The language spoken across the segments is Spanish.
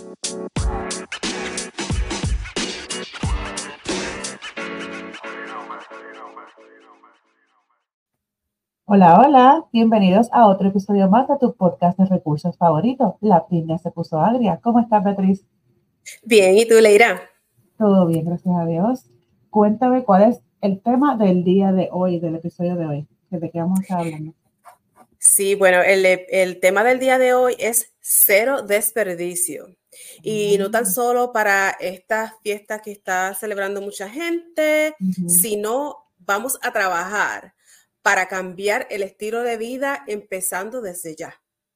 Hola, hola, bienvenidos a otro episodio más de tu podcast de recursos favorito. La piña se puso agria. ¿Cómo estás, Beatriz? Bien, ¿y tú, Leira? Todo bien, gracias a Dios. Cuéntame cuál es el tema del día de hoy, del episodio de hoy, de qué vamos a estar hablando. Sí, bueno, el tema del día de hoy es cero desperdicio. Y no tan solo para esta fiesta que está celebrando mucha gente, sino vamos a trabajar para cambiar el estilo de vida empezando desde ya.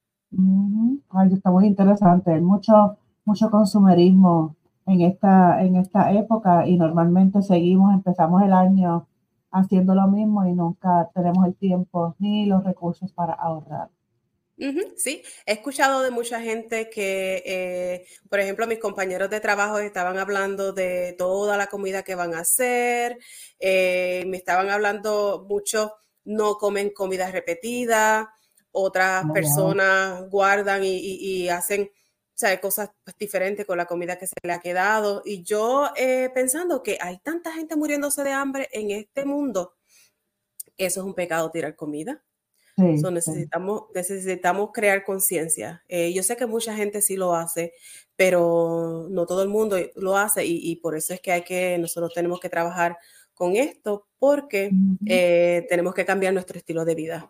Ay, está muy interesante. Hay mucho consumerismo en esta época y normalmente empezamos el año haciendo lo mismo y nunca tenemos el tiempo ni los recursos para ahorrar. Sí, he escuchado de mucha gente que, por ejemplo, mis compañeros de trabajo estaban hablando de toda la comida que van a hacer, me estaban hablando, muchos no comen comida repetida, otras personas guardan y hacen, o sea, cosas diferentes con la comida que se le ha quedado. Y yo pensando que hay tanta gente muriéndose de hambre en este mundo, eso es un pecado tirar comida. Sí, So, necesitamos crear conciencia. Yo sé que mucha gente sí lo hace, pero no todo el mundo lo hace y por eso es que nosotros tenemos que trabajar con esto porque tenemos que cambiar nuestro estilo de vida.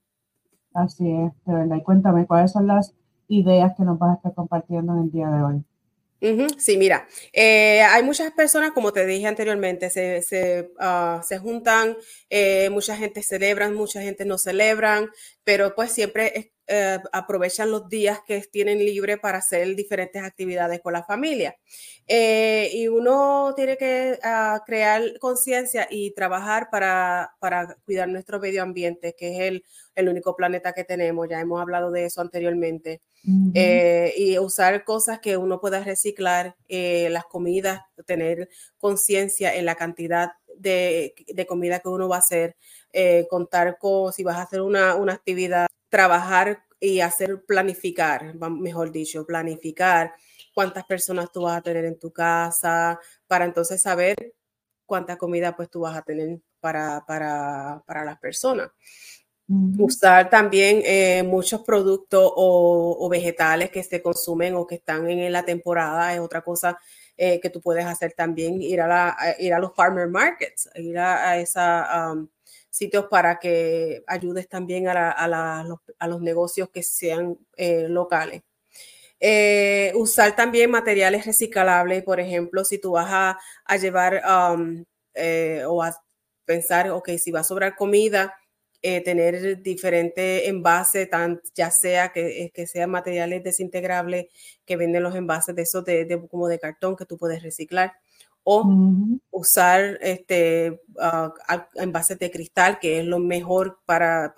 Así es, de verdad. Y cuéntame, ¿cuáles son las ideas que nos vas a estar compartiendo en el día de hoy? Sí, mira, hay muchas personas, como te dije anteriormente, se juntan, mucha gente celebran, mucha gente no celebran, pero pues siempre aprovechan los días que tienen libre para hacer diferentes actividades con la familia. Y uno tiene que crear conciencia y trabajar para cuidar nuestro medio ambiente, que es el único planeta que tenemos. Ya hemos hablado de eso anteriormente. Y usar cosas que uno pueda reciclar, las comidas, tener conciencia en la cantidad de comida que uno va a hacer, contar con, si vas a hacer una actividad, trabajar y planificar, mejor dicho, planificar cuántas personas tú vas a tener en tu casa, para entonces saber cuánta comida pues tú vas a tener para las personas. Usar también muchos productos o vegetales que se consumen o que están en la temporada es otra cosa que tú puedes hacer también, ir a los farmer markets, ir a esos sitios para que ayudes también a los negocios que sean locales. Usar también materiales reciclables, por ejemplo, si tú vas a llevar o a pensar, ok, si va a sobrar comida, tener diferentes envases, ya sea que sean materiales desintegrables, que venden los envases de esos como de cartón que tú puedes reciclar, o usar envases de cristal, que es lo mejor para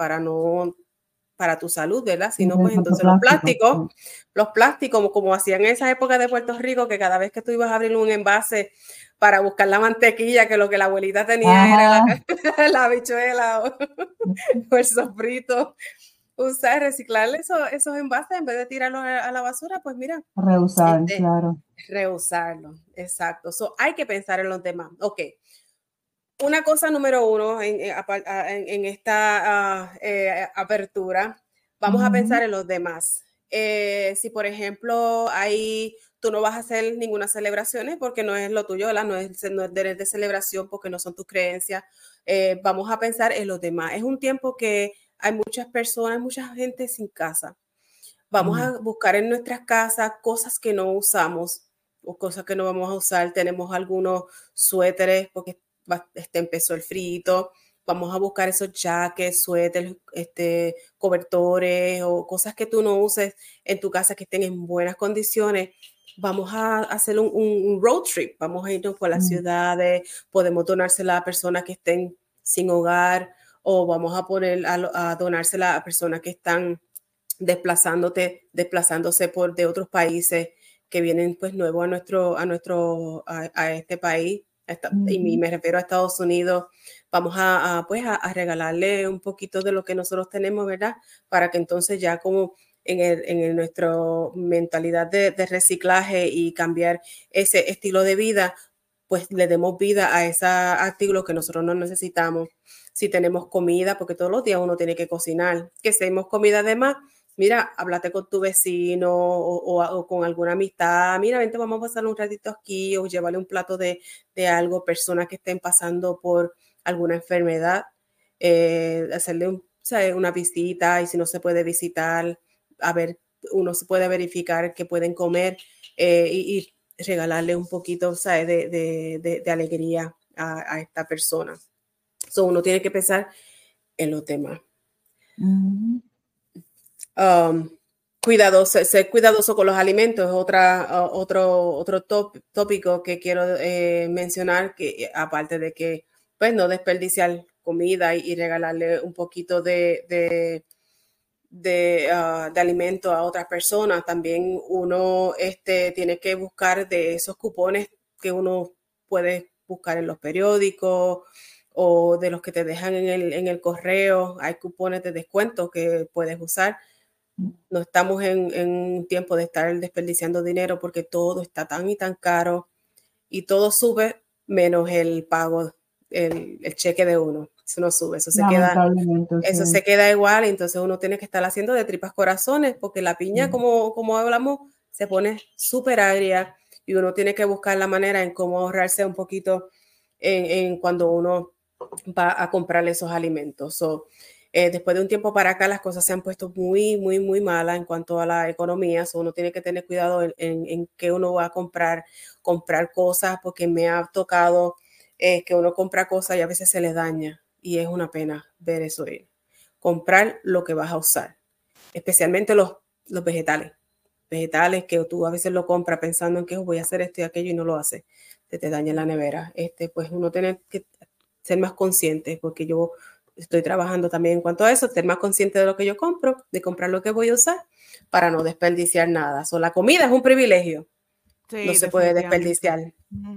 tu salud, ¿verdad? Si no, pues entonces los plásticos, como hacían en esa época de Puerto Rico, que cada vez que tú ibas a abrir un envase para buscar la mantequilla, que lo que la abuelita tenía era la habichuela o el sofrito, reciclar esos envases en vez de tirarlos a la basura, pues mira. Reusar, claro. Reusarlo, exacto. Hay que pensar en los demás. Ok. Una cosa número uno en esta apertura, vamos a pensar en los demás. Si, por ejemplo, tú no vas a hacer ninguna celebración porque no es lo tuyo, ¿verdad? No es de celebración porque no son tus creencias. Vamos a pensar en los demás. Es un tiempo que hay muchas personas, mucha gente sin casa. Vamos a buscar en nuestras casas cosas que no usamos o cosas que no vamos a usar. Tenemos algunos suéteres porque empezó el frío. Vamos a buscar esos jackets, suéteres, cobertores o cosas que tú no uses en tu casa que estén en buenas condiciones. Vamos a hacer un road trip. Vamos a irnos por las ciudades. Podemos donársela a personas que estén sin hogar o vamos a donársela a personas que están desplazándose de otros países que vienen pues nuevos a este país. Y me refiero a Estados Unidos. Vamos a regalarle un poquito de lo que nosotros tenemos, ¿verdad? Para que entonces ya como nuestra mentalidad de reciclaje y cambiar ese estilo de vida, pues le demos vida a esos artículos que nosotros no necesitamos. Si tenemos comida, porque todos los días uno tiene que cocinar, que si tenemos comida de más, mira, háblate con tu vecino o con alguna amistad, mira, vente, vamos a pasar un ratito aquí o llevarle un plato de algo, personas que estén pasando por alguna enfermedad, hacerle una visita y si no se puede visitar, a ver, uno se puede verificar qué pueden comer y regalarle un poquito, ¿sabes? De alegría a esta persona. So, uno tiene que pensar en los demás. Cuidadoso, ser cuidadoso con los alimentos es otro tópico que quiero mencionar, que aparte de que pues no desperdiciar comida y regalarle un poquito de alimento a otras personas, también uno tiene que buscar de esos cupones que uno puede buscar en los periódicos o de los que te dejan en el correo. Hay cupones de descuento que puedes usar. No estamos en un tiempo de estar desperdiciando dinero porque todo está tan y tan caro y todo sube menos el pago, el cheque de uno. Eso no sube, eso se queda igual. Entonces uno tiene que estar haciendo de tripas corazones porque la piña, como hablamos, se pone súper agria y uno tiene que buscar la manera en cómo ahorrarse un poquito en cuando uno va a comprar esos alimentos. So, después de un tiempo para acá las cosas se han puesto muy, muy, muy malas en cuanto a la economía. So, uno tiene que tener cuidado en qué uno va a comprar cosas, porque me ha tocado que uno compra cosas y a veces se le daña y es una pena ver eso. Comprar lo que vas a usar, especialmente los vegetales que tú a veces lo compras pensando en que voy a hacer esto y aquello y no lo haces, te daña la nevera. Pues uno tiene que ser más consciente, porque yo estoy trabajando también en cuanto a eso, ser más consciente de lo que yo compro, de comprar lo que voy a usar para no desperdiciar nada. La comida es un privilegio, sí, no se puede desperdiciar.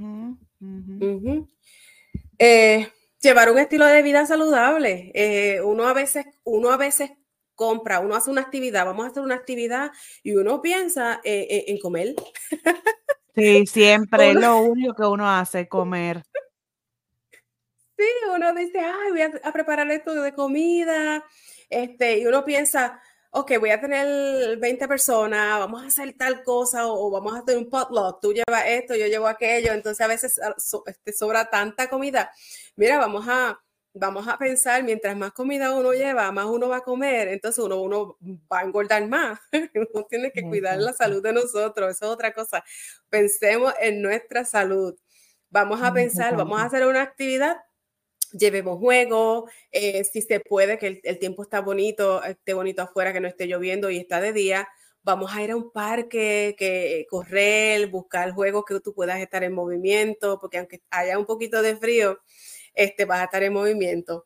Llevar un estilo de vida saludable. Uno a veces compra, uno hace una actividad, vamos a hacer una actividad y uno piensa en comer. Sí, siempre es lo único que uno hace, comer. Sí, uno dice, ay, voy a preparar esto de comida, y uno piensa, ok, voy a tener 20 personas, vamos a hacer tal cosa o vamos a hacer un potluck, tú llevas esto, yo llevo aquello, entonces a veces sobra tanta comida. Mira, vamos a pensar, mientras más comida uno lleva, más uno va a comer, entonces uno va a engordar más. Uno tiene que cuidar la salud de nosotros, eso es otra cosa. Pensemos en nuestra salud. Vamos a pensar, vamos a hacer una actividad, llevemos juegos, si se puede, que el tiempo está bonito, esté bonito afuera, que no esté lloviendo y está de día, vamos a ir a un parque, correr, buscar juegos que tú puedas estar en movimiento, porque aunque haya un poquito de frío, vas a estar en movimiento.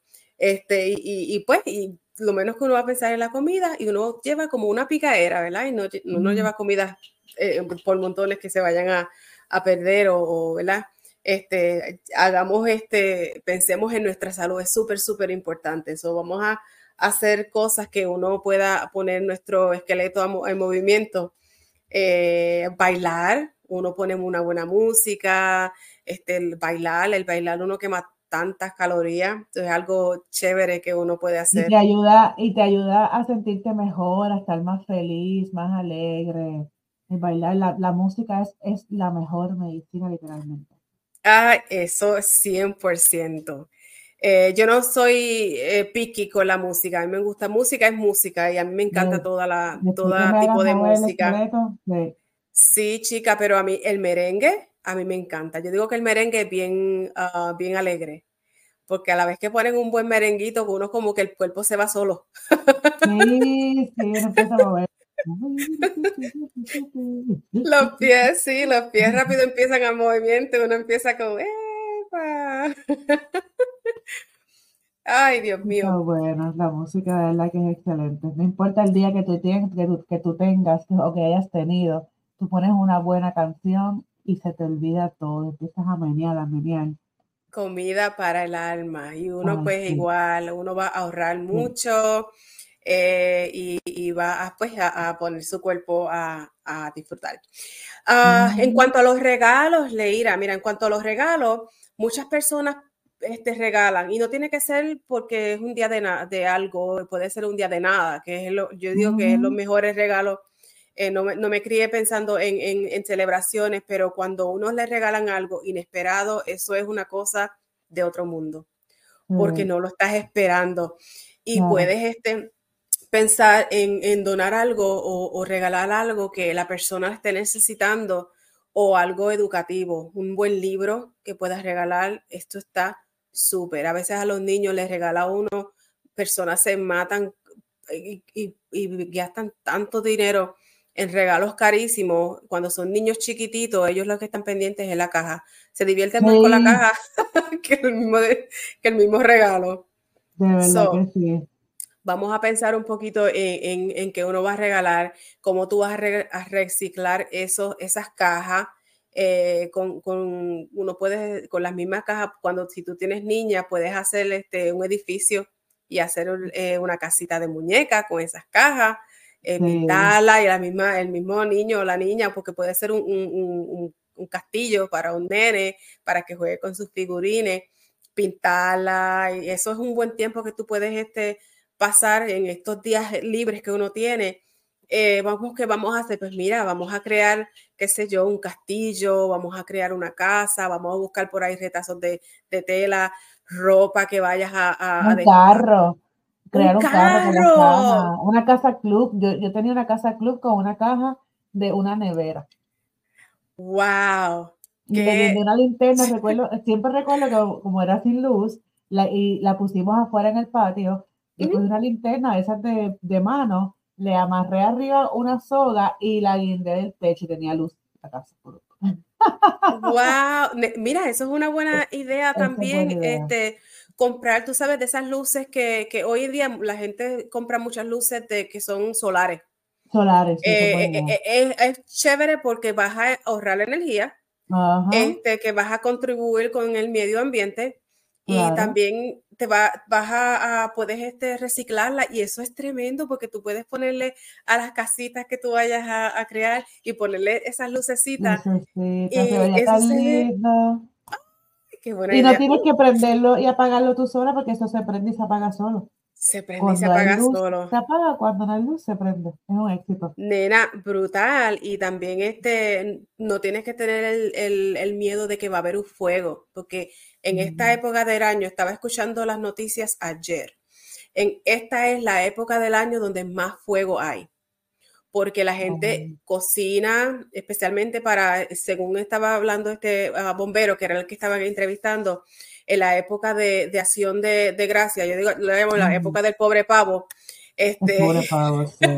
Y lo menos que uno va a pensar en la comida y uno lleva como una picadera, ¿verdad? Y no lleva comida por montones que se vayan a perder ¿verdad? Pensemos en nuestra salud, es súper, súper importante. Eso vamos a hacer cosas que uno pueda poner nuestro esqueleto en movimiento. Bailar, uno pone una buena música, el bailar uno quema tantas calorías, es algo chévere que uno puede hacer. Y te ayuda a sentirte mejor, a estar más feliz, más alegre. El bailar, la música es la mejor medicina, literalmente. Eso es 100%. Yo no soy picky con la música. A mí me gusta música, es música y a mí me encanta todo tipo de música. Sí, chica, pero a mí el merengue, a mí me encanta. Yo digo que el merengue es bien, bien alegre, porque a la vez que ponen un buen merenguito, uno como que el cuerpo se va solo. Sí, uno empieza a mover. Los pies rápido empiezan al movimiento, uno empieza como, ¡epa! Ay, Dios mío. Bueno, la música de verdad que es excelente. No importa el día que tú tengas o que hayas tenido, tú pones una buena canción y se te olvida todo, empiezas a menear. Comida para el alma y uno pues igual, uno va a ahorrar mucho. y va a, pues, a poner su cuerpo a disfrutar. En Ujú. cuanto a los regalos, Leira, mira, en cuanto a los regalos, muchas personas regalan y no tiene que ser porque es un día de algo, puede ser un día de nada, que es yo digo que es los Ujú. mejores regalos. No me crié pensando en celebraciones, pero cuando uno le regalan algo inesperado, eso es una cosa de otro mundo, porque Sí, no lo estás esperando. Y claro. puedes pensar en donar algo o regalar algo que la persona esté necesitando o algo educativo, un buen libro que puedas regalar, esto está súper. A veces a los niños les regala uno, personas se matan y gastan tanto dinero en regalos carísimos. Cuando son niños chiquititos, ellos lo que están pendientes es la caja. Se divierten más con la Sí, caja que el mismo regalo. de verdad que So, sí. vamos a pensar un poquito en qué uno va a regalar, cómo tú vas a reciclar esas cajas. Uno puede, con las mismas cajas, si tú tienes niñas, puedes hacer un edificio y hacer una casita de muñeca con esas cajas, Sí, pintarla y el mismo niño o la niña, porque puede ser un castillo para un nene, para que juegue con sus figurines, pintarla, y eso es un buen tiempo que tú puedes pasar en estos días libres que uno tiene. ¿Qué vamos a hacer? Pues mira, vamos a crear, qué sé yo, un castillo, vamos a crear una casa, vamos a buscar por ahí retazos de tela, ropa que vayas un carro, un crear un carro con las carro. cajas, una casa club. Yo tenía una casa club con una caja de una nevera. Wow, Y le guindé qué una linterna, recuerdo, siempre recuerdo que como era sin luz, y la pusimos afuera en el patio, yo cogí una linterna, esas de mano, le amarré arriba una soga y la guindé del techo y tenía luz en la casa. wow. Mira, eso es una buena idea Esa es buena también, idea. comprar, tú sabes, de esas luces que hoy en día la gente compra muchas luces que son solares. Solares, sí, esa es buena idea. Es chévere porque vas a ahorrar energía, Ajá, que vas a contribuir con el medio ambiente y claro. también vas puedes reciclarla y eso es tremendo porque tú puedes ponerle a las casitas que tú vayas a crear y ponerle esas lucecitas Lucecita, se y veía eso tan se ve, lindo. qué buena Y no idea. tienes que prenderlo y apagarlo tú sola porque eso se prende y se apaga solo. Se prende y se Cuando hay apaga luz, solo. se apaga, cuando no hay luz, se prende. Es un éxito. Nena, brutal. Y también no tienes que tener el miedo de que va a haber un fuego, porque en esta Mm. época del año, estaba escuchando las noticias ayer, esta es la época del año donde más fuego hay, porque la gente Ay, cocina, especialmente según estaba hablando bombero, que era el que estaba entrevistando, en la época de acción de gracia, yo digo, lo llamo la ujú. época del pobre pavo, El este, pobre pavo, sí.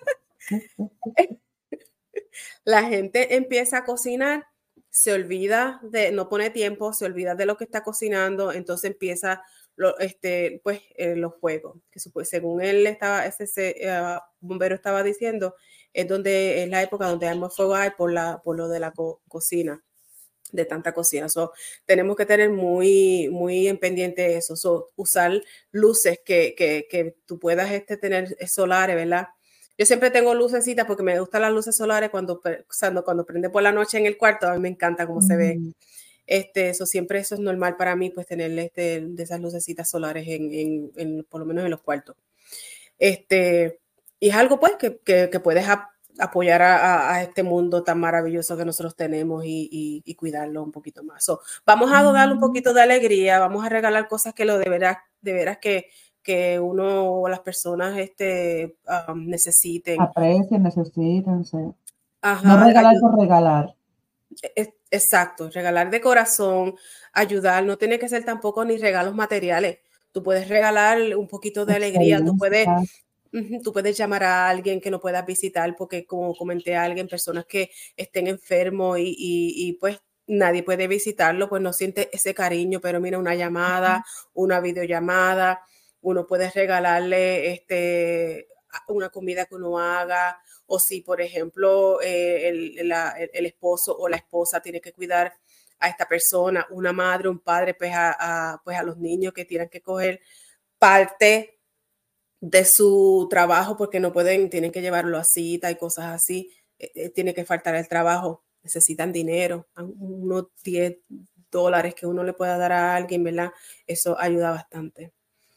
la gente empieza a cocinar, se olvida no pone tiempo, se olvida de lo que está cocinando, entonces empieza los juegos, que según él bombero estaba diciendo, es la época donde hay más fuego hay por lo de la cocina, de tanta cocina. So, tenemos que tener muy, muy en pendiente eso. So, usar luces que tú puedas tener solares, ¿verdad? Yo siempre tengo lucecitas porque me gustan las luces solares cuando prende por la noche en el cuarto, a mí me encanta cómo se ve. Ujú. Siempre eso es normal para mí, pues tener de esas lucecitas solares por lo menos en los cuartos. Este, y es algo pues que puedes apoyar a este mundo tan maravilloso que nosotros tenemos y cuidarlo un poquito más. So, vamos a darle un Ujú. poquito de alegría, vamos a regalar cosas que de veras que uno o las personas necesiten. Aprecien, necesitan, sí. No Ajá, regalar por regalar. exacto, regalar de corazón, ayudar, no tiene que ser tampoco ni regalos materiales. Tú puedes regalar un poquito de alegría, Experiencia. tú puedes llamar a alguien que no puedas visitar porque como comenté a alguien, personas que estén enfermos pues nadie puede visitarlo, pues no siente ese cariño, pero mira, una llamada, una videollamada, uno puede regalarle una comida que uno haga, o si, por ejemplo, el esposo o la esposa tiene que cuidar a esta persona, una madre, un padre, pues a los niños que tienen que coger parte de su trabajo porque no pueden, tienen que llevarlo a cita y cosas así, tiene que faltar el trabajo, necesitan dinero, unos $10 que uno le pueda dar a alguien, ¿verdad? Eso ayuda bastante.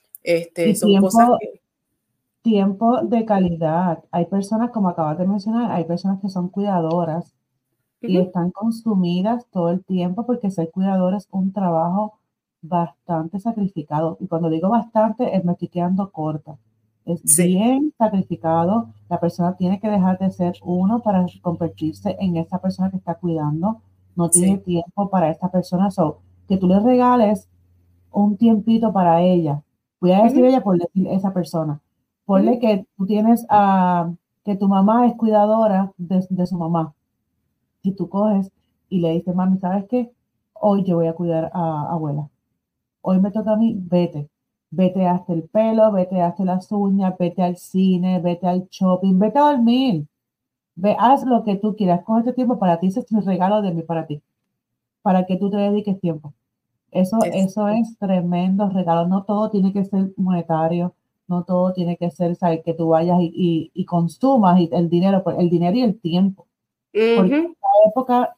Y Son cosas tiempo, que... tiempo de calidad. Hay personas, como acabas de mencionar, hay personas que son cuidadoras y Ujú, están consumidas todo el tiempo porque ser cuidador es un trabajo bastante sacrificado. Y cuando digo bastante, me estoy quedando corta. Es sí, bien sacrificado. La persona tiene que dejar de ser uno para convertirse en esa persona que está cuidando. No tiene sí. tiempo para esta persona. So, que tú le regales un tiempito para ella. Voy a decir Ujú, ella por decir esa persona. Ponle ujú, que tú tienes que tu mamá es cuidadora de su mamá. Si tú coges y le dices, mami, ¿sabes qué? Hoy yo voy a cuidar a abuela. Hoy me toca a mí, vete. Vete hasta el pelo, vete hasta las uñas, vete al cine, vete al shopping, vete a dormir. Ve, haz lo que tú quieras. Coge este tiempo para ti, ese es un regalo de mí para ti, para que tú te dediques tiempo. Eso exacto. es tremendo regalo. No todo tiene que ser monetario, no todo tiene que ser, ¿sabes? Que tú vayas y consumas el dinero, pues, el dinero y el tiempo. Porque en Ujú, esta época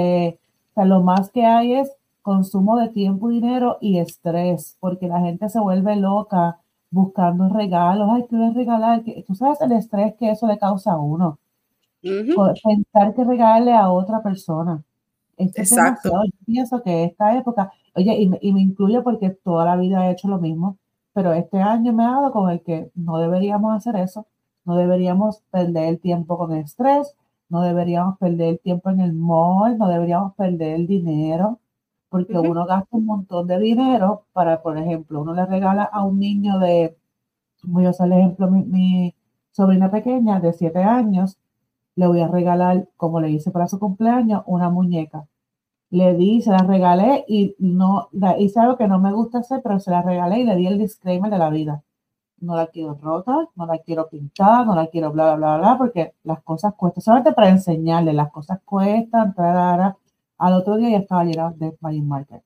o sea, lo más que hay es consumo de tiempo y dinero y estrés, porque la gente se vuelve loca buscando regalos. Ay, ¿qué voy a regalar? Tú sabes el estrés que eso le causa a uno. ujú, Pensar que regalarle a otra persona. Esto es exacto. demasiado. Yo pienso que esta época, oye, y me incluyo porque toda la vida he hecho lo mismo, pero este año me ha dado con el que no deberíamos hacer eso, no deberíamos perder el tiempo con estrés, no deberíamos perder el tiempo en el mall, no deberíamos perder el dinero, porque Ujú, uno gasta un montón de dinero para, por ejemplo, uno le regala a un niño de, voy a usar el ejemplo, mi sobrina pequeña de 7 años, le voy a regalar, como le hice para su cumpleaños, una muñeca. Le di, se la regalé y no, hice algo que no me gusta hacer, pero se la regalé y le di el disclaimer de la vida. No la quiero rota, no la quiero pintada, no la quiero bla, bla, bla, bla, porque las cosas cuestan. Solamente para enseñarle, las cosas cuestan, tarara. Al otro día ya estaba llena de Magic Market.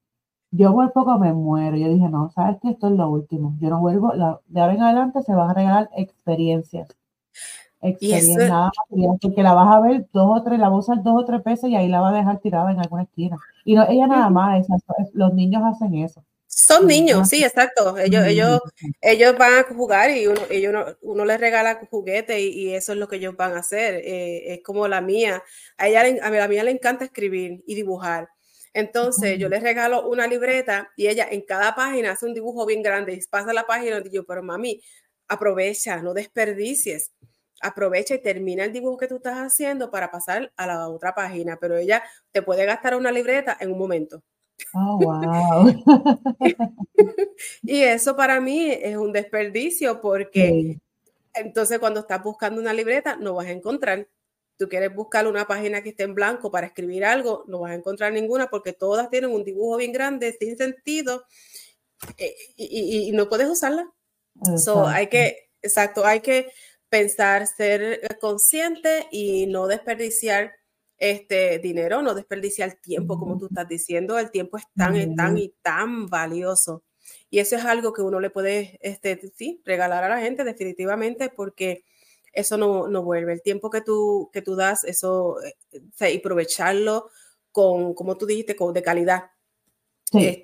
Yo por poco me muero. Yo dije, no, ¿sabes qué? Esto es lo último. Yo no vuelvo, de ahora en adelante se van a regalar experiencias. y eso, Experiencia nada más, porque la vas a ver dos o tres, la vas a usar dos o tres veces y ahí la va a dejar tirada en alguna esquina. Y no, ella nada ujú. más, los niños hacen eso. Son Los niños niños, sí, hacen exacto. Ellos van a jugar y uno les regala juguetes y eso es lo que ellos van a hacer. Es como la mía. A la mía le encanta escribir y dibujar. Entonces yo les regalo una libreta y ella en cada página hace un dibujo bien grande y pasa la página y yo, pero mami, aprovecha, no desperdicies. Aprovecha y termina el dibujo que tú estás haciendo para pasar a la otra página, pero ella te puede gastar una libreta en un momento. Oh, wow. Y eso para mí es un desperdicio porque Sí, entonces cuando estás buscando una libreta no vas a encontrar. Tú quieres buscar una página que esté en blanco para escribir algo, no vas a encontrar ninguna porque todas tienen un dibujo bien grande, sin sentido, y no puedes usarla. So, exacto. exacto, hay que pensar, ser consciente y no desperdiciar dinero, no desperdiciar tiempo, como tú estás diciendo, el tiempo es tan Sí, y tan valioso. Y eso es algo que uno le puede, sí, regalar a la gente definitivamente porque eso no vuelve. El tiempo que tú das, eso, y aprovecharlo con, como tú dijiste, con, de calidad sí,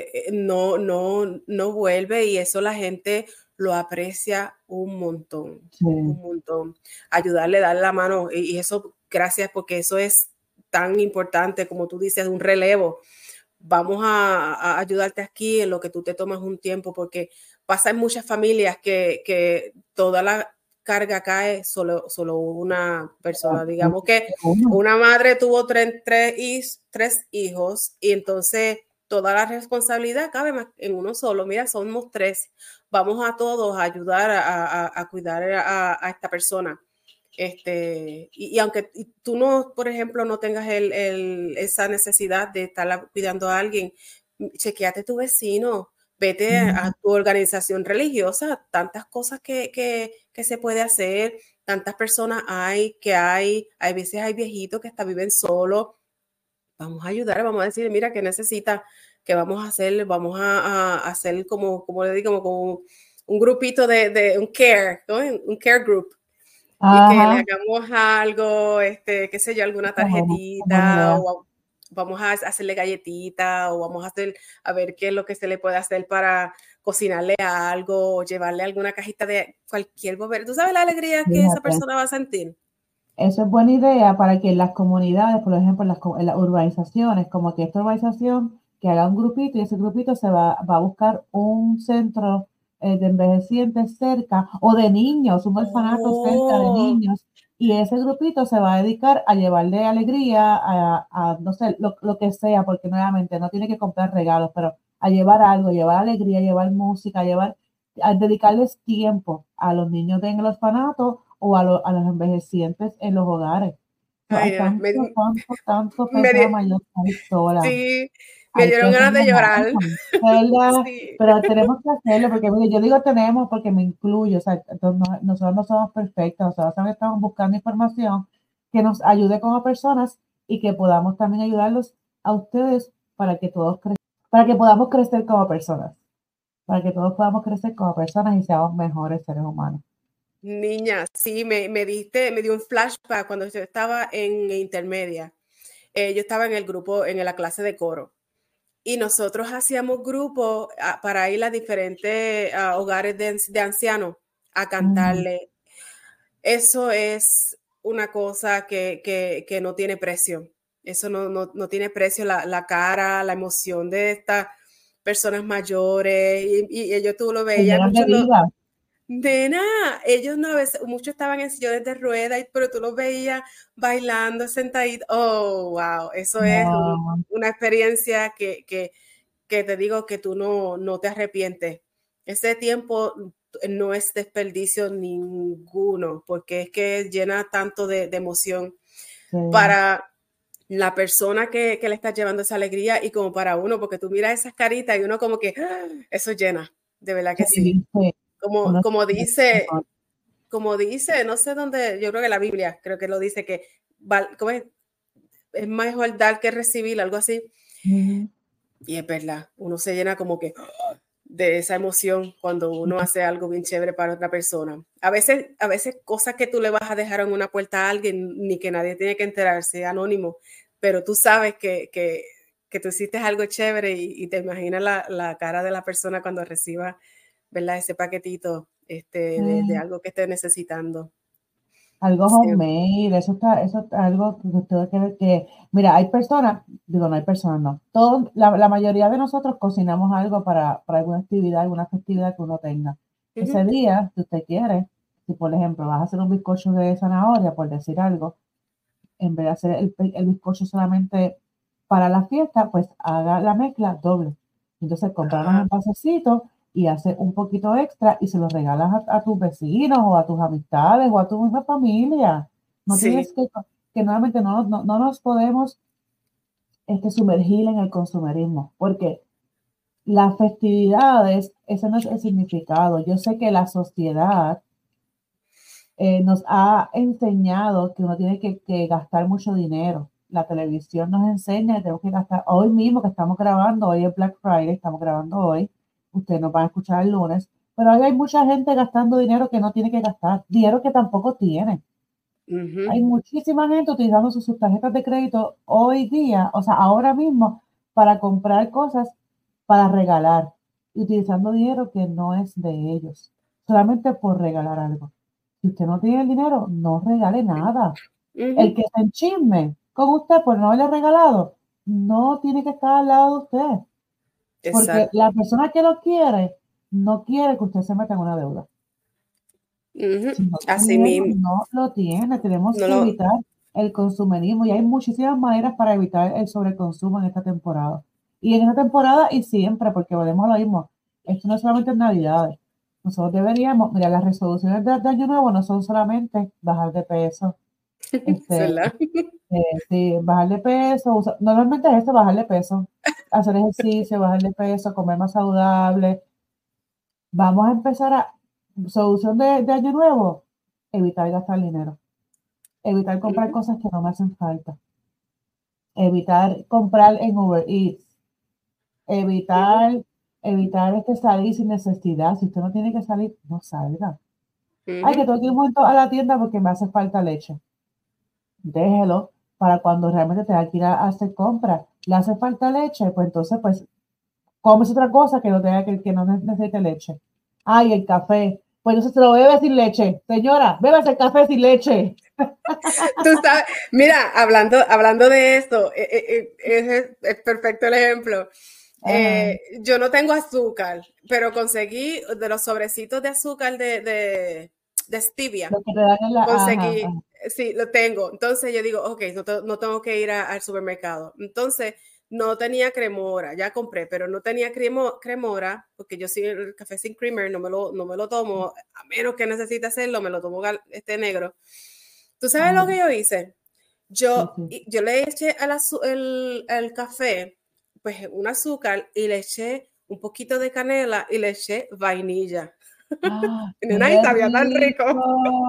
no vuelve y eso la gente lo aprecia un montón, sí, un montón. Ayudarle, darle la mano y eso, gracias, porque eso es tan importante, como tú dices, un relevo. Vamos a ayudarte aquí en lo que tú te tomas un tiempo, porque pasa en muchas familias que toda la carga cae solo una persona. Digamos que uno. una madre tuvo tres hijos y entonces toda la responsabilidad cabe en uno solo. Mira, somos tres. Vamos a todos a ayudar a cuidar a esta persona. Y aunque tú no, por ejemplo, no tengas esa necesidad de estar cuidando a alguien, chequeate tu vecino, vete a tu organización religiosa, tantas cosas que se puede hacer, tantas personas hay veces hay viejitos que hasta viven solos, vamos a ayudar, vamos a decir, mira, ¿qué necesita? ¿Qué vamos a hacer? Vamos a hacer como le digo, como un grupito de un care, ¿no? Un care group. Y que le Ajá, hagamos algo, qué sé yo, alguna qué buena tarjetita, idea. o vamos a hacerle galletita, o vamos a ver qué es lo que se le puede hacer para cocinarle algo, o llevarle alguna cajita de cualquier bobería. ¿Tú sabes la alegría que esa Fíjate. persona va a sentir? Eso es buena idea para que en las comunidades, por ejemplo, en las urbanizaciones, como que esta urbanización, que haga un grupito y ese grupito va a buscar un centro de envejecientes cerca o de niños, un orfanato cerca de Oh, niños, y ese grupito se va a dedicar a llevarle alegría, no sé, lo que sea, porque nuevamente no tiene que comprar regalos, pero a llevar algo, llevar alegría, llevar música, a dedicarles tiempo a los niños en el orfanato o a los envejecientes en los hogares. So, ay, hay nena, tanto me personas di- mayores ahí solas. sí, me Hay que dieron ganas de hacerlo llorar. más, ¿verdad? Sí. Pero tenemos que hacerlo porque, mire, yo digo tenemos porque me incluyo, o sea, nosotros no somos perfectos, nosotros también estamos buscando información que nos ayude como personas y que podamos también ayudarlos a ustedes para que para que podamos crecer como personas, para que todos podamos crecer como personas y seamos mejores seres humanos. Niña, sí, me dio un flashback cuando yo estaba en intermedia. Yo estaba en el grupo, en la clase de coro, y nosotros hacíamos grupos para ir a diferentes hogares de ancianos a Ujú. cantarle. Eso es una cosa que no tiene precio. Eso no tiene precio, la cara, la emoción de estas personas mayores, y ellos tú lo Se veías, llenan de muchos no, vida. nena, ellos no, a veces, muchos estaban en sillones de ruedas, pero tú los veías bailando, sentaditos. Oh, wow, eso es No, una experiencia que te digo que tú no te arrepientes. Ese tiempo no es desperdicio ninguno, porque es que llena tanto de emoción sí, para la persona que le está llevando esa alegría y como para uno, porque tú miras esas caritas y uno como que eso llena, de verdad que sí, sí. sí. Como, Uno como se siente dice, mejor. como dice, no sé dónde, yo creo que la Biblia, creo que lo dice que ¿cómo es mejor dar que recibir, algo así. Ujú. Y es verdad, uno se llena como que de esa emoción cuando uno hace algo bien chévere para otra persona. A veces cosas que tú le vas a dejar en una puerta a alguien, ni que nadie tiene que enterarse, anónimo, pero tú sabes que tú hiciste algo chévere y te imaginas la cara de la persona cuando reciba, ¿verdad? Ese paquetito de Sí. algo que esté necesitando. Algo Sí. homemade, eso está algo que usted mira, hay personas, digo, no hay personas, no. La mayoría de nosotros cocinamos algo para alguna actividad, alguna festividad que uno tenga. Ese Ujú. día, si usted quiere, si por ejemplo vas a hacer un bizcocho de zanahoria, por decir algo, en vez de hacer el bizcocho solamente para la fiesta, pues haga la mezcla doble. Entonces comprar unos Ah, envasecitos y hace un poquito extra y se los regalas a tus vecinos o a tus amistades o a tu misma familia. No sí. tienes que nuevamente no nos podemos sumergir en el consumerismo, porque las festividades, ese no es el significado. Yo sé que la sociedad nos ha enseñado que uno tiene que gastar mucho dinero. La televisión nos enseña que tenemos que gastar, hoy mismo que estamos grabando, hoy es Black Friday, estamos grabando hoy, ustedes nos van a escuchar el lunes, pero hoy hay mucha gente gastando dinero que no tiene que gastar, dinero que tampoco tiene. Ujú. Hay muchísima gente utilizando sus tarjetas de crédito hoy día, o sea, ahora mismo, para comprar cosas para regalar, y utilizando dinero que no es de ellos, solamente por regalar algo. Si usted no tiene el dinero, no regale nada. El Ujú. que se enchisme con usted por no haberle regalado, no tiene que estar al lado de usted, porque Exacto. la persona que lo quiere, no quiere que usted se meta en una deuda. Ujú. Si no tiene el Así dinero, mismo. no lo tiene. Tenemos No que lo, evitar el consumerismo y hay muchísimas maneras para evitar el sobreconsumo en esta temporada. Y en esta temporada y siempre, porque volvemos a lo mismo. Esto no es solamente en Navidades. Nosotros deberíamos, mira, las resoluciones de Año Nuevo no son solamente bajar de peso, es este, verdad. sí, bajar de peso, normalmente es esto, bajar de peso, hacer ejercicio, bajar de peso, comer más saludable. Vamos a empezar solución de Año Nuevo, evitar gastar dinero. Evitar comprar Ujú. cosas que no me hacen falta. Evitar comprar en Uber Eats. Ujú. Evitar evitar salir sin necesidad. Si usted no tiene que salir, no salga. Ay, que Ujú. tengo que ir un momento a la tienda porque me hace falta leche. Déjelo para cuando realmente tenga que ir a hacer compras. Le hace falta leche, pues entonces, pues, comes otra cosa que no tenga que no necesite leche. Ay, el café. Pues entonces se lo bebe sin leche. Señora, bébase el café sin leche. Tú sabes, mira, hablando de esto, ese es perfecto el ejemplo. Ajá. Yo no tengo azúcar, pero conseguí de los sobrecitos de azúcar de stevia. Lo que te dan en la. Ajá, Conseguí, ajá. sí, lo tengo. Entonces yo digo, ok, no tengo que ir al supermercado. Entonces no tenía cremora, ya compré, pero no tenía cremora, porque yo sí el café sin creamer no me lo tomo, a menos que necesite hacerlo, me lo tomo negro. ¿Tú sabes lo Ajá. que yo hice? Sí, sí. Yo le eché el café, pues un azúcar, y le eché un poquito de canela y le eché vainilla. ¡Ah, Nena, y qué sabía tan rico. rico!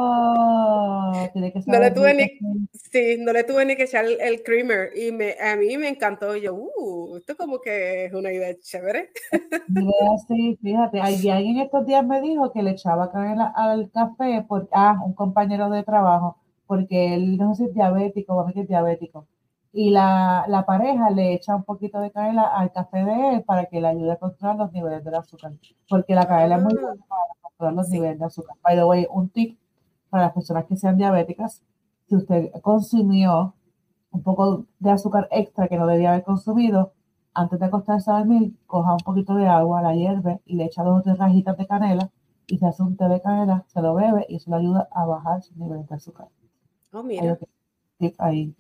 Tiene que No le saber tuve rico. ni, Sí. sí, no le tuve ni que echar el creamer y a mí me encantó. Y yo, esto como que es una idea chévere. Mira, sí, fíjate, alguien estos días me dijo que le echaba canela al café, un compañero de trabajo, porque él no sé si es diabético, o a mí que es diabético, y la pareja le echa un poquito de canela al café de él para que le ayude a controlar los niveles del azúcar, porque la canela es muy Ah, buena para controlar los sí. niveles de azúcar. By the way, un tip para las personas que sean diabéticas, si usted consumió un poco de azúcar extra que no debía haber consumido, antes de acostarse a dormir, coja un poquito de agua, la hierve y le echa 2 o 3 rajitas de canela y se hace un té de canela, se lo bebe y eso le ayuda a bajar su nivel de azúcar. Oh, Ahí lo mira, que ahí.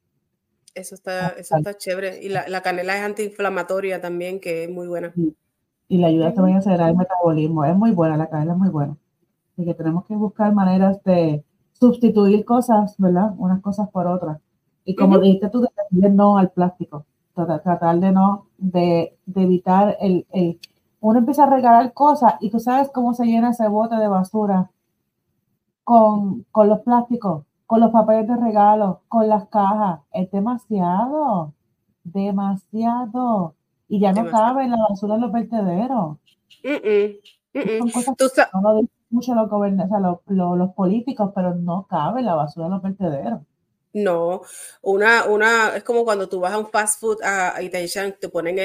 eso está chévere. Y la canela es antiinflamatoria también, que es muy buena. Y le ayuda Ujú, también a acelerar el metabolismo. Es muy buena, la canela es muy buena. Y que tenemos que buscar maneras de sustituir cosas, ¿verdad? Unas cosas por otras. Y como ujú. dijiste tú, de decirle no al plástico. Tratar de no, de evitar uno empieza a regalar cosas y tú sabes cómo se llena ese bote de basura con los plásticos, con los papeles de regalo, con las cajas. Es demasiado, demasiado. Y ya no Demasiado. cabe en la basura en los vertederos. Mm, mm, mm, mm. Son cosas Tú que sa- no lo dicen mucho los gobernantes, o sea, los políticos, pero no cabe la basura en los vertederos. No, es como cuando tú vas a un fast food y te ponen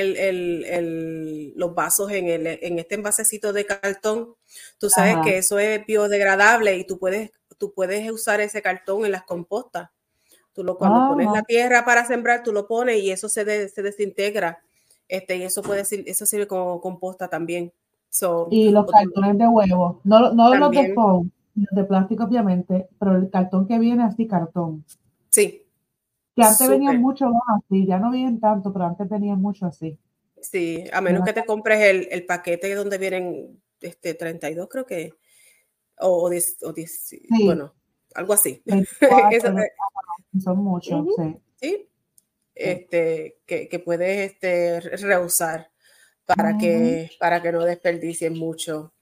los vasos en este envasecito de cartón. Tú sabes Ajá. que eso es biodegradable y tú puedes usar ese cartón en las compostas. Cuando pones Ah, la tierra para sembrar, tú lo pones y eso se desintegra. Y eso sirve como composta también. So, y los o tú- cartones de huevo, no los de también, foam, los de plástico obviamente, pero el cartón que viene así, cartón. sí, Que antes venían súper. mucho más así, ya no vienen tanto, pero antes venían mucho así. Sí, a menos Era que te compres el paquete donde vienen 32, creo que, o 10, sí, bueno, algo así. 24, Eso, son muchos, ujú, sí, sí, sí. que puedes reusar Ujú, para que no desperdicies mucho.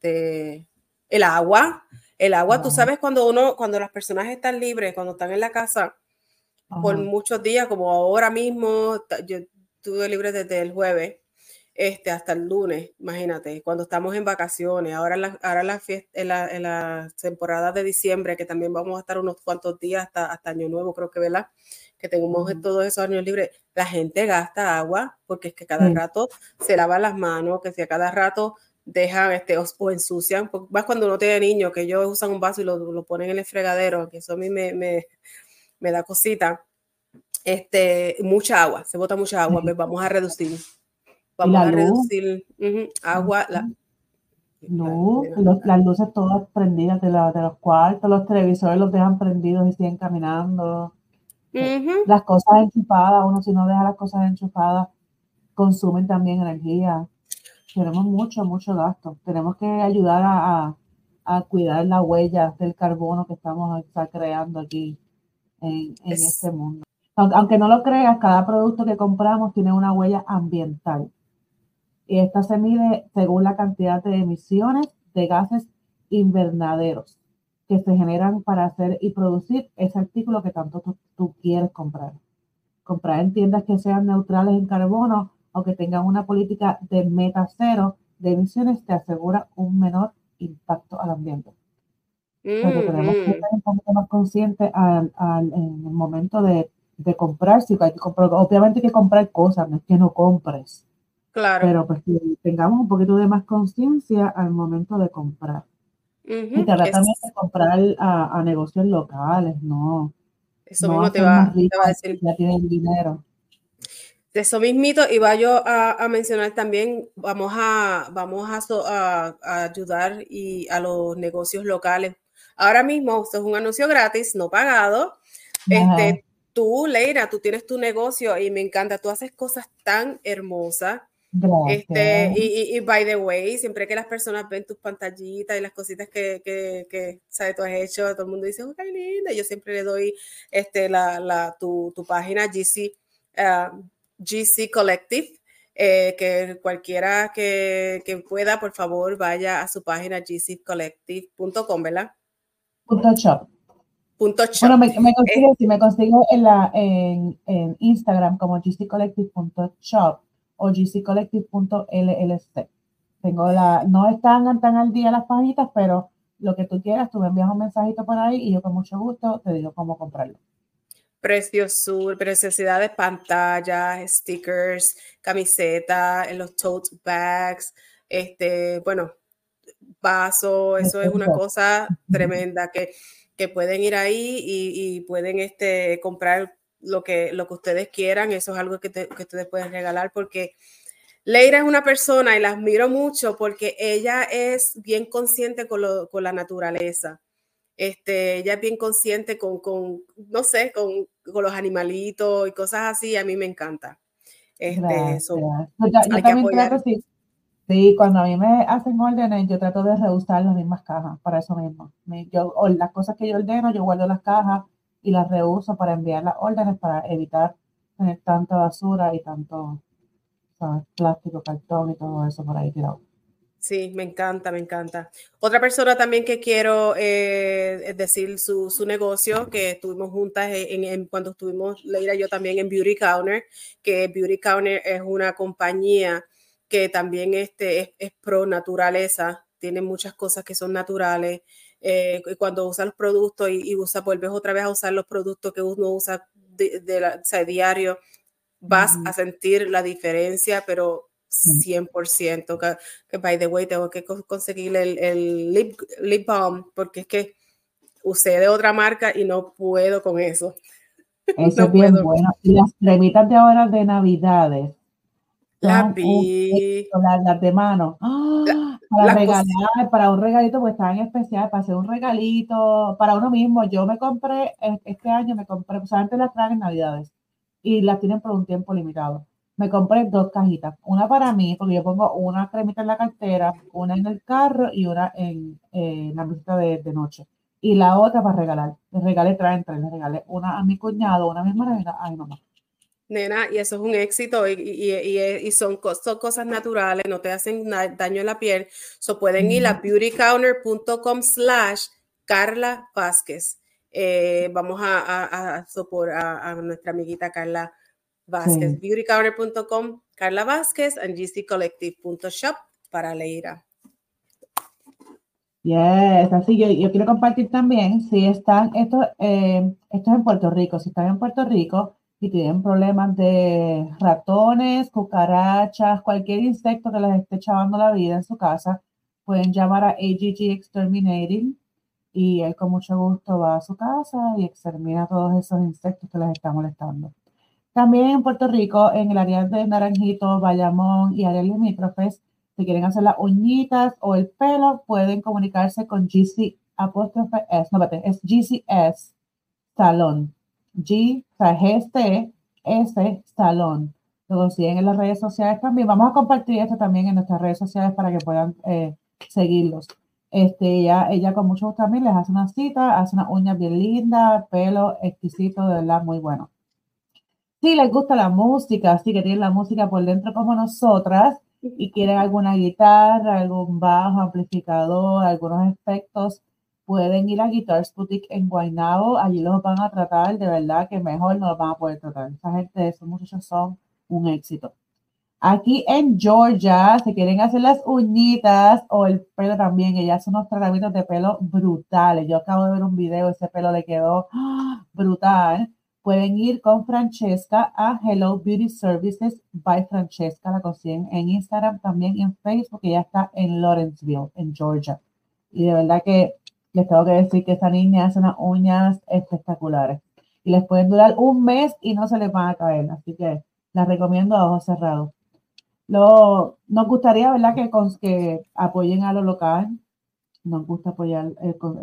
El agua, el agua, tú claro, sabes cuando las personas están libres, cuando están en la casa por ajá, muchos días, como ahora mismo, yo estuve libre desde el jueves hasta el lunes, imagínate, cuando estamos en vacaciones, ahora en la temporada de diciembre, que también vamos a estar unos cuantos días hasta Año Nuevo, creo que, ¿verdad? Que tenemos ujú, todos esos años libres, la gente gasta agua porque es que cada sí, rato se lavan las manos, que si a cada rato dejan o ensucian, más cuando uno tiene niños, que ellos usan un vaso y lo ponen en el fregadero, que eso a mí me da cosita. Mucha agua, se bota mucha agua, sí. pues Y vamos la a luz, reducir agua, las luces todas prendidas de los cuartos, los televisores los dejan prendidos y siguen caminando. ujú, Las cosas enchufadas, uno si no deja las cosas enchufadas, consumen también energía. Tenemos mucho, mucho gasto. Tenemos que ayudar a cuidar la huella del carbono que estamos creando aquí en este es, mundo. Aunque no lo creas, cada producto que compramos tiene una huella ambiental. Y esta se mide según la cantidad de emisiones de gases invernaderos que se generan para hacer y producir ese artículo que tanto tú quieres comprar. Comprar en tiendas que sean neutrales en carbono aunque tengan una política de meta cero de emisiones, te asegura un menor impacto al ambiente. Porque tenemos que estar un poquito más conscientes en el momento de comprar. Si hay que comprar, obviamente hay que comprar cosas, no es que no compres. Claro. Pero pues que tengamos un poquito de más conciencia al momento de comprar. Y tratar también de comprar a negocios locales, no. Eso No mismo te hacer va más rico a decir. ya tienen dinero. De eso mismito, iba yo a mencionar también, vamos a ayudar a los negocios locales. Ahora mismo, esto es un anuncio gratis, no pagado. Tú, Leira, tú tienes tu negocio y me encanta, tú haces cosas tan hermosas. Gracias. Y by the way, siempre que las personas ven tus pantallitas y las cositas que ¿sabes? Tú has hecho, todo el mundo dice, oh, qué linda. Yo siempre le doy tu página GC Collective, que cualquiera que pueda, por favor, vaya a su página gccollective.com, ¿verdad? .shop. .shop. Bueno, me consigo en Instagram como gccollective.shop o gccollective.llc. No están tan al día las páginas, pero lo que tú quieras, tú me envías un mensajito por ahí y yo con mucho gusto te digo cómo comprarlo. Preciosidades, pantallas, stickers, camiseta, los tote bags, bueno, vaso, eso es una cosa tremenda que pueden ir ahí y pueden comprar lo que ustedes quieran. Eso es algo que ustedes pueden regalar, porque Leira es una persona y la admiro mucho porque ella es bien consciente con la naturaleza. Ella es bien consciente no sé, con los animalitos y cosas así. A mí me encanta. Gracias. Yo también trato, sí, cuando a mí me hacen órdenes, yo trato de reusar las mismas cajas para eso mismo. Las cosas que yo ordeno, yo guardo las cajas y las reuso para enviar las órdenes para evitar tener tanta basura y tanto, ¿sabes? Plástico, cartón y todo eso por ahí tirado. Sí, me encanta, me encanta. Otra persona también que quiero decir su negocio, que estuvimos juntas cuando estuvimos, Leira y yo también en Beauty Counter, que Beauty Counter es una compañía que también es pro naturaleza, tiene muchas cosas que son naturales. Cuando usa los productos y vuelves otra vez a usar los productos que uno usa diario, vas a sentir la diferencia, pero 100%, que by the way, tengo que conseguir el lip balm, porque es que usé de otra marca y no puedo con eso. Eso es bien bueno. Y las cremitas de ahora de Navidades. Las vi. Las de mano. Para regalar, para un regalito, pues están en especial, para hacer un regalito para uno mismo. Yo me compré, este año pues antes las traen en Navidades y las tienen por un tiempo limitado. Me compré 2 cajitas, una para mí, porque yo pongo una cremita en la cartera, una en el carro y una en la mesita de noche. Y la otra para regalar. Les regalé 3, les regalé una a mi cuñado, una a mi hermana y una a mi mamá. Nena, y eso es un éxito y son cosas naturales, no te hacen daño en la piel. Pueden ir a beautycounter.com/Carla Vázquez. Vamos a nuestra amiguita Carla Vázquez. Sí. Beautycounter.com, Carla Vázquez, and gccollective.shop para Leira. Yes, así yo quiero compartir también, si están, esto es en Puerto Rico, si están en Puerto Rico y tienen problemas de ratones, cucarachas, cualquier insecto que les esté chavando la vida en su casa, pueden llamar a AGG Exterminating y él con mucho gusto va a su casa y extermina todos esos insectos que les están molestando. También en Puerto Rico, en el área de Naranjito, Bayamón y áreas limítrofes, si quieren hacer las uñitas o el pelo, pueden comunicarse con GC es GCS Salón. GCS Salón. Lo consiguen en las redes sociales también. Vamos a compartir esto también en nuestras redes sociales para que puedan seguirlos. Ella con mucho gusto también les hace una cita, hace unas uñas bien lindas, pelo exquisito, de verdad, muy bueno. Si les gusta la música, así que tienen la música por dentro como nosotras y quieren alguna guitarra, algún bajo, amplificador, algunos efectos, pueden ir a Guitars Boutique en Guaynabo. Allí los van a tratar, de verdad que mejor no los van a poder tratar. Esa gente, esos muchachos son un éxito. Aquí en Georgia, si quieren hacer las uñitas o el pelo también, ella hace unos tratamientos de pelo brutales. Yo acabo de ver un video, ese pelo le quedó brutal. Pueden ir con Francesca a Hello Beauty Services by Francesca. La consiguen en Instagram también y en Facebook. Ella está en Lawrenceville, en Georgia. Y de verdad que les tengo que decir que esa niña hace unas uñas espectaculares. Y les pueden durar un mes y no se les van a caer. Así que las recomiendo a ojos cerrados. Nos gustaría, ¿verdad?, que apoyen a lo local. Nos gusta apoyar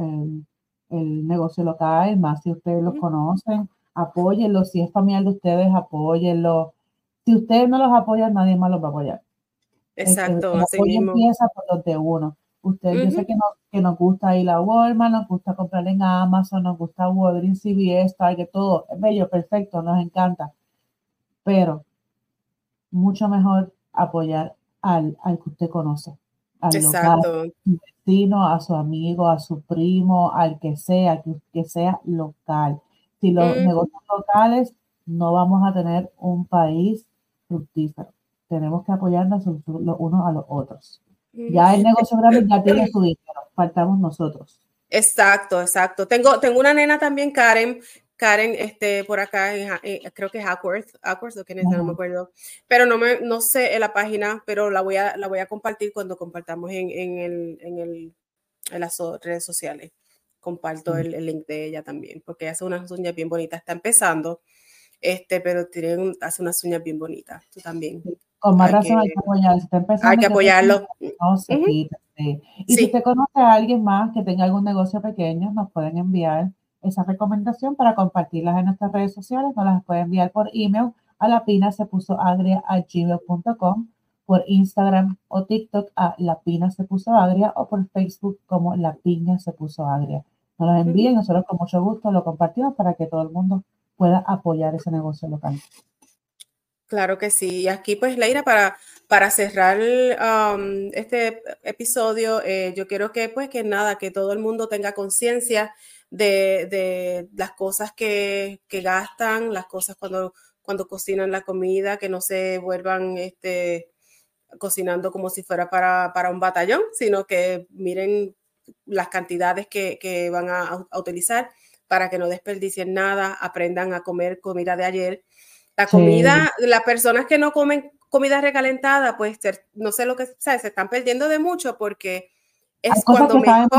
el negocio local, más si ustedes los conocen, apóyenlo. Si es familiar de ustedes, apóyenlo. Si ustedes no los apoyan, nadie más los va a apoyar. Exacto, El así apoyo mismo. empieza por los de uno. Yo sé que nos gusta ir a Walmart, nos gusta comprar en Amazon, nos gusta Walgreens, CVS, Target, todo. Es bello, perfecto, nos encanta. Pero mucho mejor apoyar al que usted conoce, al local, Exacto. a su vecino, a su amigo, a su primo, al que sea local. Si los negocios locales, no vamos a tener un país fructífero. Tenemos que apoyarnos los unos a los otros. Ya el negocio grande ya tiene su dinero, faltamos nosotros. Exacto, exacto. Tengo una nena también, Karen, por acá, creo que es Hackworth o Kenneth, no me acuerdo, pero no sé en la página, pero la voy a compartir cuando compartamos en las redes sociales. Comparto el link de ella también, porque hace unas uñas bien bonitas, está empezando, pero hace unas uñas bien bonitas, tú también. Con más razón hay que apoyar. Si está empezando, hay que apoyarlo. No se quite. Y si usted conoce a alguien más que tenga algún negocio pequeño, nos pueden enviar esa recomendación para compartirlas en nuestras redes sociales. Nos las pueden enviar por email a lapinasepusoagria@gmail.com, por Instagram o TikTok a lapinasepusoagria o por Facebook como La Piña se puso agria. Nos las envíen, nosotros con mucho gusto lo compartimos para que todo el mundo pueda apoyar ese negocio local. Claro que sí. Y aquí, pues, Leira, para cerrar este episodio, yo quiero que todo el mundo tenga conciencia de las cosas que gastan, las cosas cuando cocinan la comida, que no se vuelvan cocinando como si fuera para un batallón, sino que miren las cantidades que van a utilizar para que no desperdicien nada, aprendan a comer comida de ayer. La comida, las personas que no comen comida recalentada, pues no sé lo que, ¿sabes? Se están perdiendo de mucho porque es cuando mejor.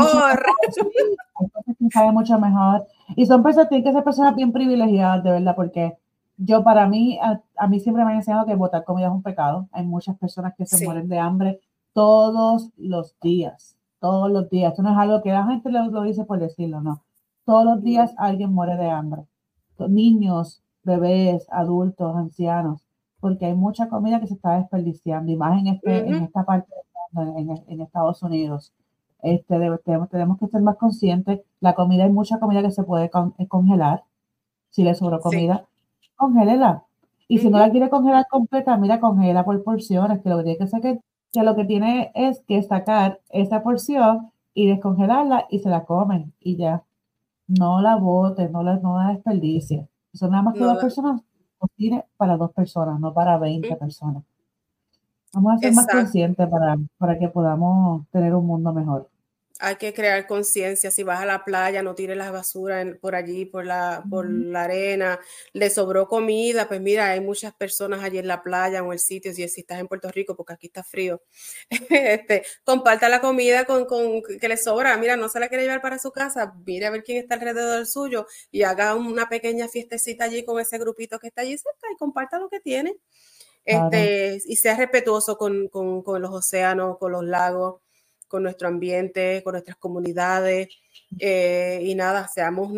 Hay cosas que saben mucho mejor. Y tienen que ser personas bien privilegiadas, de verdad, porque para mí, a mí siempre me han enseñado que botar comida es un pecado. Hay muchas personas que se mueren de hambre todos los días. Todos los días. Esto no es algo que la gente lo dice por decirlo, no. Todos los días alguien muere de hambre. Niños, bebés, adultos, ancianos, porque hay mucha comida que se está desperdiciando, y más en esta parte en Estados Unidos. Tenemos que ser más conscientes. Hay mucha comida que se puede congelar. Si le sobró comida, congélela. Y si no la quiere congelar completa, mira, congela por porciones, que lo que tiene que hacer que lo que tiene es que sacar esa porción y descongelarla y se la comen y ya. No la bote, no la desperdicie. Son nada más que 2 personas, cocine para 2 personas, no para 20 personas. Vamos a ser más conscientes para que podamos tener un mundo mejor. Hay que crear conciencia. Si vas a la playa, no tires las basuras por allí, por la arena. Le sobró comida, pues mira, hay muchas personas allí en la playa o en el sitio, si estás en Puerto Rico, porque aquí está frío. Comparta la comida con que le sobra. Mira, no se la quiere llevar para su casa, mire a ver quién está alrededor del suyo y haga una pequeña fiestecita allí con ese grupito que está allí cerca y comparta lo que tiene. Claro. Y sea respetuoso con los océanos, con los lagos, con nuestro ambiente, con nuestras comunidades, y nada, seamos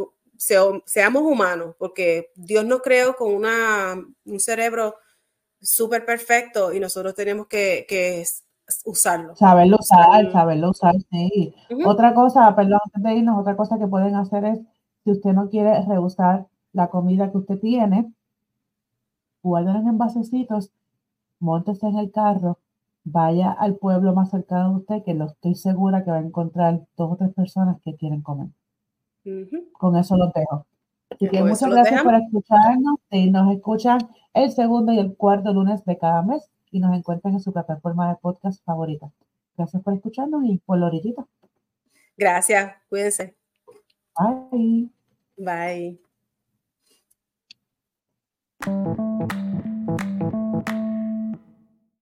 humanos, porque Dios nos creó con un cerebro súper perfecto y nosotros tenemos que usarlo. Saberlo usar, sí. Otra cosa, perdón, antes de irnos, otra cosa que pueden hacer es, si usted no quiere reusar la comida que usted tiene, guárdala en envasecitos, móntese en el carro, vaya al pueblo más cercano de usted, que estoy segura que va a encontrar 2 o 3 personas que quieren comer. Con eso los dejo. Así que muchas gracias por escucharnos. Nos escuchan el segundo y el cuarto lunes de cada mes. y nos encuentren en su plataforma de podcast favorita. Gracias por escucharnos y por la orillita. Gracias, cuídense. Bye. Bye.